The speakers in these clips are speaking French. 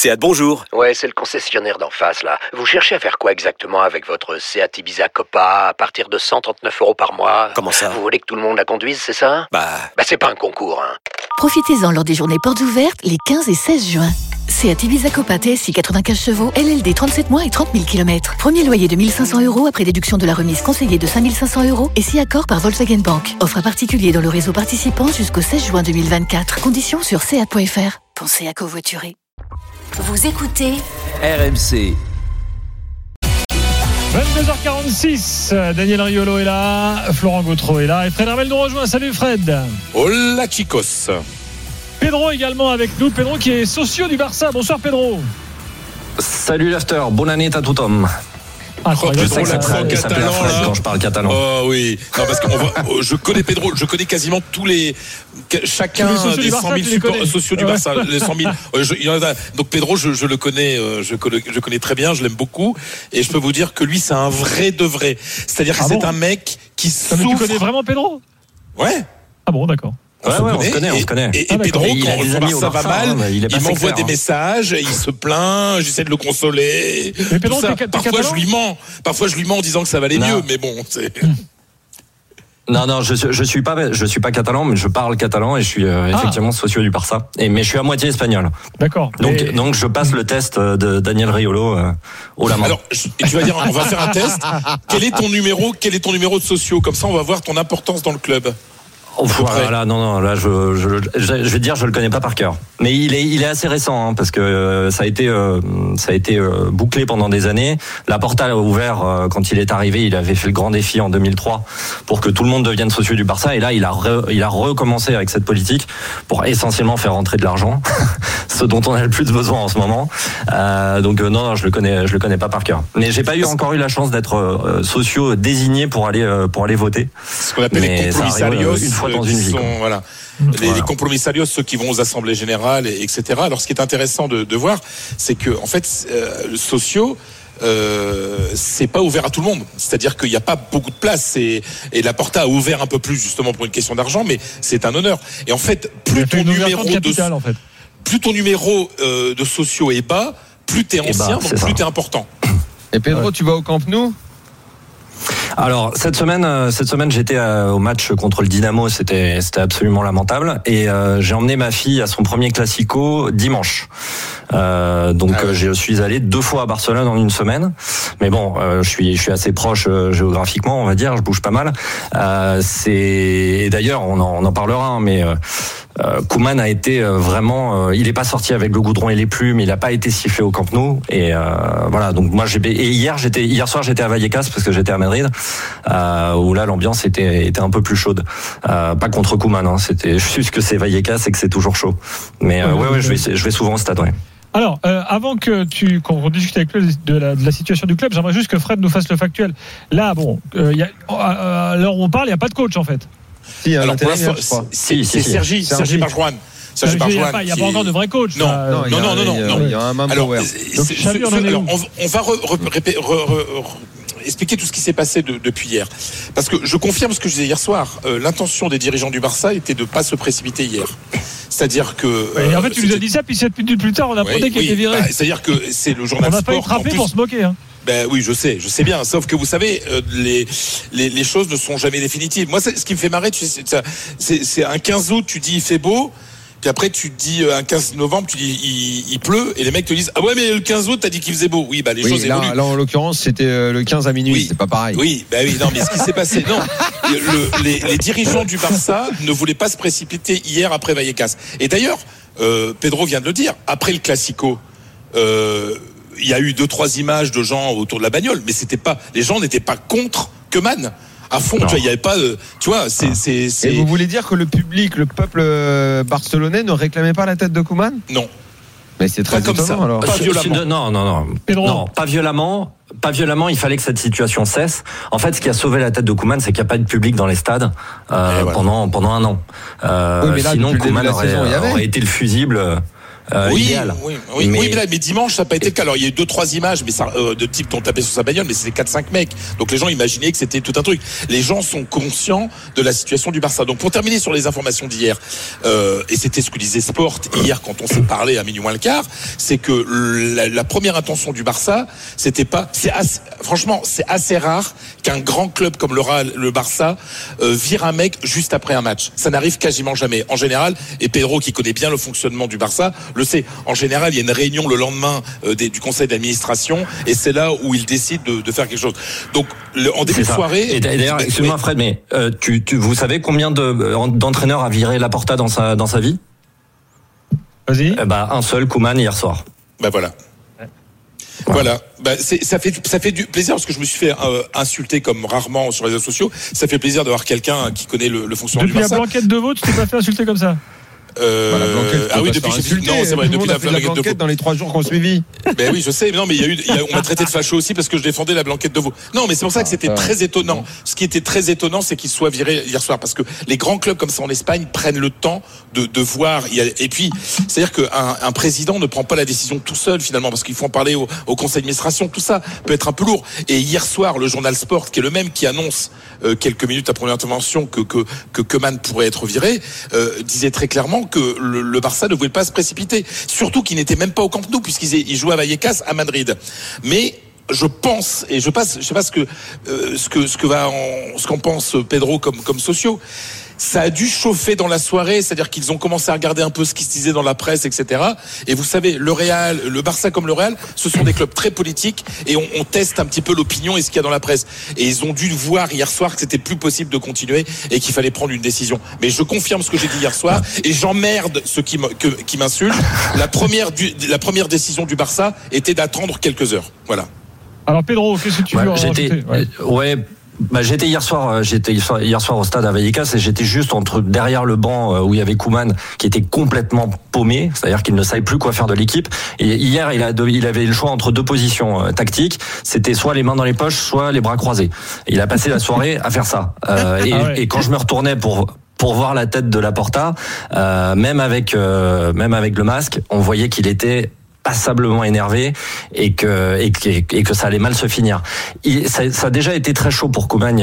Seat, bonjour. Ouais, c'est le concessionnaire d'en face, là. Vous cherchez à faire quoi exactement avec votre Seat Ibiza Copa à partir de 139 € par mois? Comment ça? Vous voulez que tout le monde la conduise, c'est ça? Bah, c'est pas un concours, hein. Profitez-en lors des journées portes ouvertes les 15 et 16 juin. Seat Ibiza Copa TSI 95 chevaux, LLD 37 mois et 30 000 km. Premier loyer de 1 500 € après déduction de la remise conseillée de 5 500 € et si accord par Volkswagen Bank. Offre à particulier dans le réseau participant jusqu'au 16 juin 2024. Conditions sur seat.fr. Pensez à covoiturer. Vous écoutez RMC. 22h46, Daniel Riolo est là, Florent Gautreau est là et Fred Hermel nous rejoint. Salut Fred. Hola chicos. Pedro également avec nous, Pedro qui est socio du Barça. Bonsoir Pedro. Salut l'after, bonne année à tout homme. Je sais que ça s'appelle Fred quand je parle catalan. Oh oui, non parce que je connais Pedro, je connais quasiment chacun des 100 000 sociaux du Barça, les 100 000. Il y en a, donc Pedro, je le connais, je connais très bien, je l'aime beaucoup, et je peux vous dire que lui, c'est un vrai de vrai. C'est-à-dire que c'est un mec qui souffre. Tu connais vraiment Pedro? Ouais. Ah bon, d'accord. On se connaît. Et Pedro, quand ça va mal, il m'envoie des messages, il se plaint, j'essaie de le consoler. Mais Pedro, parfois je lui mens en disant que ça va aller mieux, mais bon, c'est... Non, je suis pas catalan, mais je parle catalan et je suis effectivement socio du Barça. Mais je suis à moitié espagnol. D'accord. Donc je passe le test de Daniel Riolo haut la main. Alors, tu vas dire, on va faire un test. Quel est ton numéro de socio? Comme ça, on va voir ton importance dans le club. Voilà, là je vais te dire, je le connais pas par cœur. Mais il est assez récent, hein, parce que ça a été bouclé pendant des années. La Porta a ouvert quand il est arrivé. Il avait fait le grand défi en 2003 pour que tout le monde devienne socio du Barça. Et là, il a recommencé avec cette politique pour essentiellement faire rentrer de l'argent, ce dont on a le plus besoin en ce moment. Donc non, je le connais pas par cœur. Mais j'ai pas encore eu la chance d'être socio désigné pour aller voter. Ce qu'on appelle les compromisarios. Une fois dans une vie. Les compromisarios, ceux qui vont aux assemblées générales, etc. Alors, ce qui est intéressant de voir, c'est que, en fait, le socio, c'est pas ouvert à tout le monde. C'est-à-dire qu'il n'y a pas beaucoup de place. Et la Porta a ouvert un peu plus, justement, pour une question d'argent, mais c'est un honneur. Et en fait, plus ton numéro de socio est bas, plus t'es ancien, donc plus t'es important. Et Pedro, tu vas au Camp Nou? Alors cette semaine j'étais au match contre le Dynamo, c'était absolument lamentable, et j'ai emmené ma fille à son premier classico dimanche. Je suis allé 2 fois à Barcelone en une semaine, mais bon, je suis assez proche géographiquement, on va dire, je bouge pas mal. Et d'ailleurs on en parlera, hein, mais Koeman a été vraiment, il est pas sorti avec le goudron et les plumes, il a pas été sifflé au Camp Nou, et voilà. Donc moi hier soir j'étais à Vallecas parce que j'étais à Madrid, où là l'ambiance était un peu plus chaude. Pas contre Koeman, hein, c'était juste que c'est Vallecas et que c'est toujours chaud. Mais je vais souvent au stade. Ouais. Alors, avant qu'on discute avec lui de la situation du club, j'aimerais juste que Fred nous fasse le factuel. Là, à l'heure où on parle, il n'y a pas de coach en fait. Si, alors pour l'instant, c'est Sergi Barjuan. Il n'y a pas encore de vrai coach. Non. Il y a un membre. On va expliquer tout ce qui s'est passé depuis hier. Parce que je confirme ce que je disais hier soir. L'intention des dirigeants du Barça était de ne pas se précipiter hier. C'est-à-dire que... en fait, tu nous as dit puis 7 minutes plus tard, on apprenait qu'il était viré. C'est-à-dire que c'est le journal Sport... On n'a pas été frappé pour se moquer. Hein. Oui, je sais bien. Sauf que vous savez, les choses ne sont jamais définitives. Moi, ce qui me fait marrer, c'est un 15 août, tu dis il fait beau... Puis après, tu te dis, un 15 novembre, tu dis, il pleut, et les mecs te disent, ah ouais, mais le 15 août, t'as dit qu'il faisait beau. Oui, les choses évoluent. Là, en l'occurrence, c'était le 15 à minuit, c'est pas pareil. Oui, non, mais ce qui s'est passé, non. Les dirigeants du Barça ne voulaient pas se précipiter hier après Vallecas. Et d'ailleurs, Pedro vient de le dire, après le Classico, il y a eu 2-3 images de gens autour de la bagnole, mais les gens n'étaient pas contre Koeman. À fond, tu vois, il n'y avait pas de, tu vois, c'est. Et vous voulez dire que le peuple barcelonais ne réclamait pas la tête de Koeman? Non. Mais c'est très étonnant, ça. Alors. Pas violemment. Non, pas violemment. Pas violemment, il fallait que cette situation cesse. En fait, ce qui a sauvé la tête de Koeman, c'est qu'il n'y a pas de public dans les stades pendant un an. Mais là, sinon, Koeman aurait été le fusible. idéal. Mais dimanche, ça n'a pas été le cas. Alors, il y a eu 2-3 images, mais ça, de type qui ont tapé sur sa bagnole, mais c'était 4-5 mecs. Donc, les gens imaginaient que c'était tout un truc. Les gens sont conscients de la situation du Barça. Donc, pour terminer sur les informations d'hier, et c'était ce que disait Sport hier quand on s'est parlé à minuit moins le quart, c'est que la première intention du Barça, c'était pas, franchement, c'est assez rare qu'un grand club comme le Barça vire un mec juste après un match. Ça n'arrive quasiment jamais. En général, et Pedro qui connaît bien le fonctionnement du Barça le sait. En général, il y a une réunion le lendemain du conseil d'administration et c'est là où il décide de faire quelque chose. Donc, en début de soirée. Et d'ailleurs, excuse-moi Fred, mais vous savez combien d'entraîneurs a viré Laporta dans sa vie? Vas-y. Un seul, Koeman, hier soir. Voilà. Voilà. Ça fait du plaisir parce que je me suis fait insulter comme rarement sur les réseaux sociaux. Ça fait plaisir d'avoir quelqu'un qui connaît le fonctionnement du Barça. Depuis la blanquette de veau, tu t'es pas fait insulter comme ça? Depuis c'est vrai, depuis la blanquette dans les 3 jours qu'on suivit. Ben oui, je sais, mais non, mais on m'a traité de facho aussi parce que je défendais la blanquette de veau. Non, mais c'est pour ça que c'était très étonnant. Ce qui était très étonnant, c'est qu'il soit viré hier soir parce que les grands clubs comme ça en Espagne prennent le temps de voir. Et puis, c'est-à-dire qu'un président ne prend pas la décision tout seul finalement parce qu'il faut en parler au conseil d'administration. Tout ça peut être un peu lourd. Et hier soir, le journal Sport, qui est le même qui annonce quelques minutes après première intervention que Koeman pourrait être viré, disait très clairement que le Barça ne voulait pas se précipiter, surtout qu'il n'était même pas au Camp Nou puisqu'il jouait à Vallecas à Madrid. Mais je pense, et je sais pas ce qu'en pense Pedro comme socio. Ça a dû chauffer dans la soirée, c'est-à-dire qu'ils ont commencé à regarder un peu ce qui se disait dans la presse, etc. Et vous savez, le Barça comme le Real, ce sont des clubs très politiques et on teste un petit peu l'opinion et ce qu'il y a dans la presse. Et ils ont dû voir hier soir que c'était plus possible de continuer et qu'il fallait prendre une décision. Mais je confirme ce que j'ai dit hier soir et j'emmerde ceux qui m'insultent. La première décision du Barça était d'attendre quelques heures. Voilà. Alors Pedro, qu'est-ce que tu veux rajouter? J'étais hier soir au stade à Vallecas et j'étais juste derrière le banc où il y avait Koeman qui était complètement paumé, c'est-à-dire qu'il ne savait plus quoi faire de l'équipe. Et hier, il avait le choix entre 2 positions tactiques. C'était soit les mains dans les poches, soit les bras croisés. Et il a passé la soirée à faire ça. Et quand je me retournais pour voir la tête de Laporta, même avec le masque, on voyait qu'il était passablement énervé et que ça allait mal se finir. Ça a déjà été très chaud pour Koeman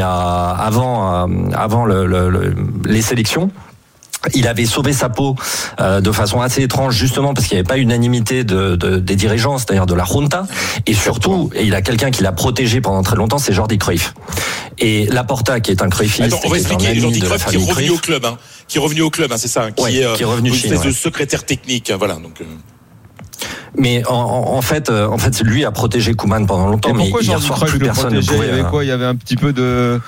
avant les sélections. Il avait sauvé sa peau de façon assez étrange, justement parce qu'il n'y avait pas unanimité des dirigeants, c'est-à-dire de la Junta, et surtout, il a quelqu'un qui l'a protégé pendant très longtemps, c'est Jordi Cruyff. Et Laporta, qui est un Cruyffiste, on va expliquer, Jordi Cruyff qui est revenu au club, qui est revenu au club, c'est ça, qui est revenu une espèce de secrétaire technique, voilà. Donc. Mais en fait, lui a protégé Koeman pendant longtemps, mais hier soir plus personne ne pouvait. Il y avait quoi? Il y avait un petit peu de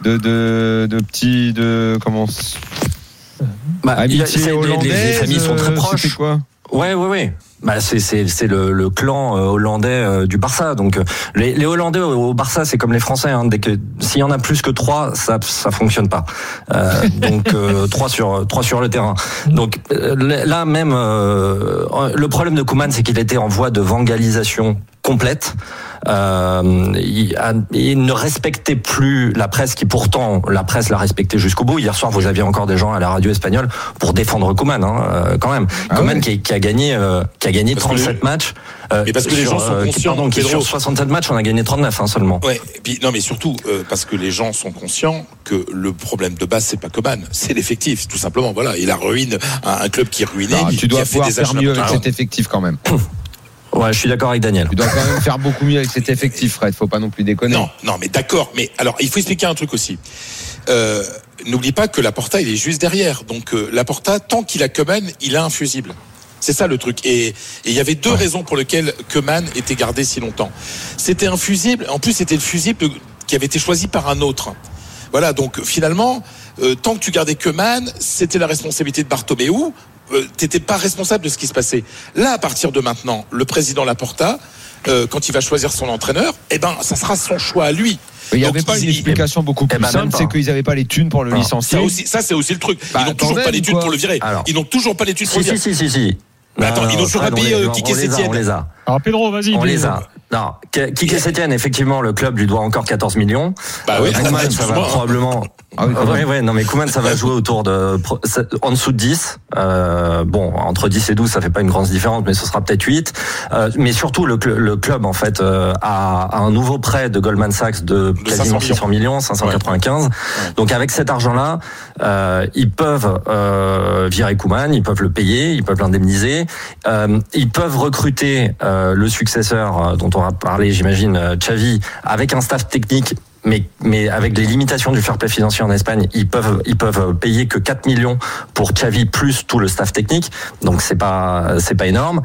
amitié hollandaise. Les familles sont très proches. C'était quoi? Ouais. C'est le clan hollandais du Barça. Donc les Hollandais au Barça, c'est comme les Français. S'il y en a plus que 3, ça fonctionne pas. Donc 3 sur le terrain. Donc là même, le problème de Koeman, c'est qu'il était en voie de vangalisation complète. Il ne respectait plus la presse qui pourtant la presse l'a respecté jusqu'au bout. Hier soir vous aviez encore des gens à la radio espagnole pour défendre Koeman quand même. Koeman qui a gagné 37 matchs. Mais parce que les gens sont conscients. Sur 67 matchs on a gagné 39 seulement. Ouais. Et puis non mais surtout parce que les gens sont conscients que le problème de base c'est pas Koeman, c'est l'effectif tout simplement. Voilà, il a ruiné un club qui est ruiné. Tu dois pouvoir faire mieux avec cet effectif quand même. Ouais, je suis d'accord avec Daniel. Tu dois quand même faire beaucoup mieux avec cet effectif, Fred. Faut pas non plus déconner. Non, mais d'accord. Mais alors, il faut expliquer un truc aussi. N'oublie pas que Laporta, il est juste derrière. Donc, Laporta, tant qu'il a Koeman, il a un fusible. C'est ça le truc. Et il y avait 2 raisons pour lesquelles Koeman était gardé si longtemps. C'était un fusible. En plus, c'était le fusible qui avait été choisi par un autre. Voilà. Donc, finalement, tant que tu gardais Koeman, c'était la responsabilité de Bartomeu. T'étais pas responsable de ce qui se passait. Là, à partir de maintenant, le président Laporta, quand il va choisir son entraîneur, ça sera son choix à lui. Il n'y avait pas une explication beaucoup plus simple, c'est qu'ils n'avaient pas les thunes pour le licencier. Ça, c'est aussi le truc. Ils n'ont toujours pas les thunes pour le virer. Ils n'ont toujours pas les thunes pour le virer. Si. Mais attends, ils n'ont toujours pas payé Quique Sétienne. On les a. Alors Pedro, vas-y. On les a. Non, Quique Sétienne, effectivement, le club lui doit encore 14 millions. Bah oui. Koeman, ça va probablement. Ah oui, Ouais, non, mais Koeman, ça va jouer autour de, en dessous de 10. Bon, entre 10 et 12, ça fait pas une grande différence, mais ce sera peut-être 8. Mais surtout, le club, en fait, a un nouveau prêt de Goldman Sachs de quasiment 600 millions, 595. Ouais. Donc, avec cet argent-là, ils peuvent virer Koeman, ils peuvent le payer, ils peuvent l'indemniser. Ils peuvent recruter le successeur dont on va parler, j'imagine, Xavi, avec un staff technique. Mais avec les limitations du fair play financier en Espagne, ils peuvent payer que 4 millions pour Xavi plus tout le staff technique. Donc c'est pas énorme.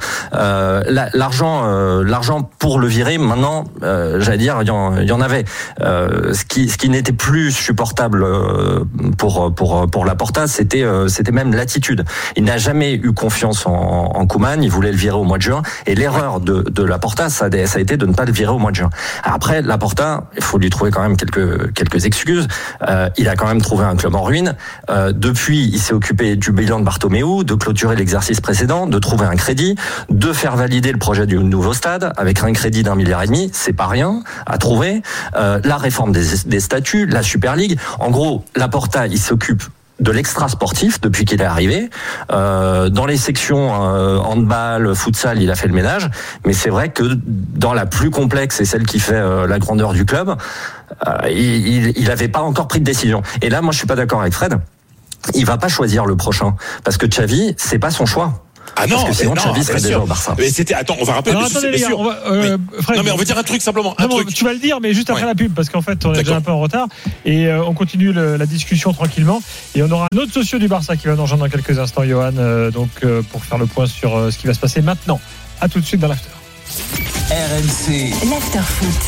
L'argent pour le virer maintenant, j'allais dire, il y en avait. Ce qui n'était plus supportable pour Laporta, c'était même l'attitude. Il n'a jamais eu confiance en Koeman. Il voulait le virer au mois de juin. Et l'erreur de Laporta, ça a été de ne pas le virer au mois de juin. Après, Laporta, il faut lui trouver quand même quelques excuses. Il a quand même trouvé un club en ruine. Depuis, il s'est occupé du bilan de Bartomeu, de clôturer l'exercice précédent, de trouver un crédit, de faire valider le projet du nouveau stade avec un crédit d'1,5 milliard. C'est pas rien à trouver. La réforme des statuts, la Super League. En gros, Laporta, il s'occupe de l'extra sportif depuis qu'il est arrivé. Dans les sections handball, futsal, il a fait le ménage. Mais c'est vrai que dans la plus complexe et celle qui fait la grandeur du club, il avait pas encore pris de décision. Et là, moi, je suis pas d'accord avec Fred. Il va pas choisir le prochain parce que Xavi, c'est pas son choix. Ah non, parce que sinon Xavi serait déjà au Barça. Mais attends, on va rappeler. Alors, attendez les gars, Fred, non mais on va dire un truc simplement. Tu vas le dire, mais juste après la pub, parce qu'en fait on est déjà un peu en retard et on continue la discussion tranquillement. Et on aura un autre socio du Barça qui va nous rejoindre dans quelques instants, Johan, pour faire le point sur ce qui va se passer maintenant. À tout de suite dans l'after. RMC. L'after foot.